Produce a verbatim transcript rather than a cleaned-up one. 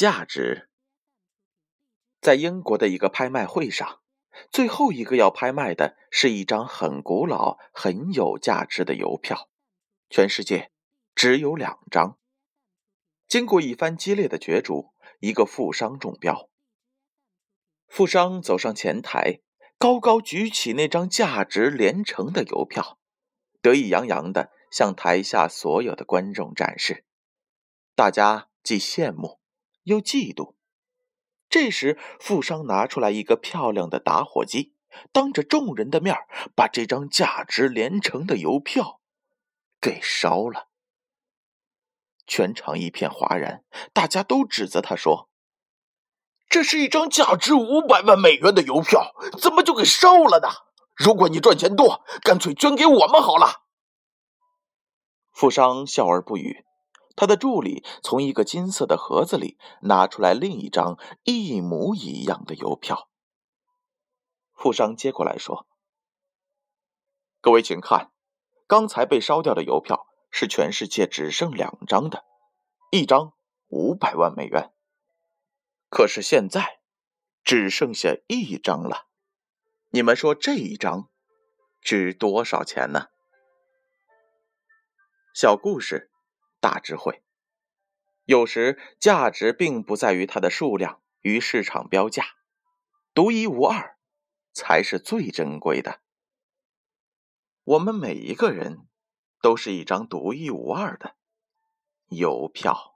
价值。在英国的一个拍卖会上，最后一个要拍卖的是一张很古老、很有价值的邮票，全世界只有两张。经过一番激烈的角逐，一个富商中标。富商走上前台，高高举起那张价值连城的邮票，得意洋洋地向台下所有的观众展示。大家既羡慕又嫉妒。这时，富商拿出来一个漂亮的打火机，当着众人的面把这张价值连城的邮票给烧了。全场一片哗然，大家都指责他说：“这是一张价值五百万美元的邮票，怎么就给烧了呢？如果你赚钱多，干脆捐给我们好了。”富商笑而不语。他的助理从一个金色的盒子里拿出来另一张一模一样的邮票。富商接过来说：“各位请看，刚才被烧掉的邮票是全世界只剩两张的，一张五百万美元。可是现在只剩下一张了，你们说这一张值多少钱呢？”小故事，大智慧。有时价值并不在于它的数量与市场标价，独一无二才是最珍贵的。我们每一个人都是一张独一无二的邮票。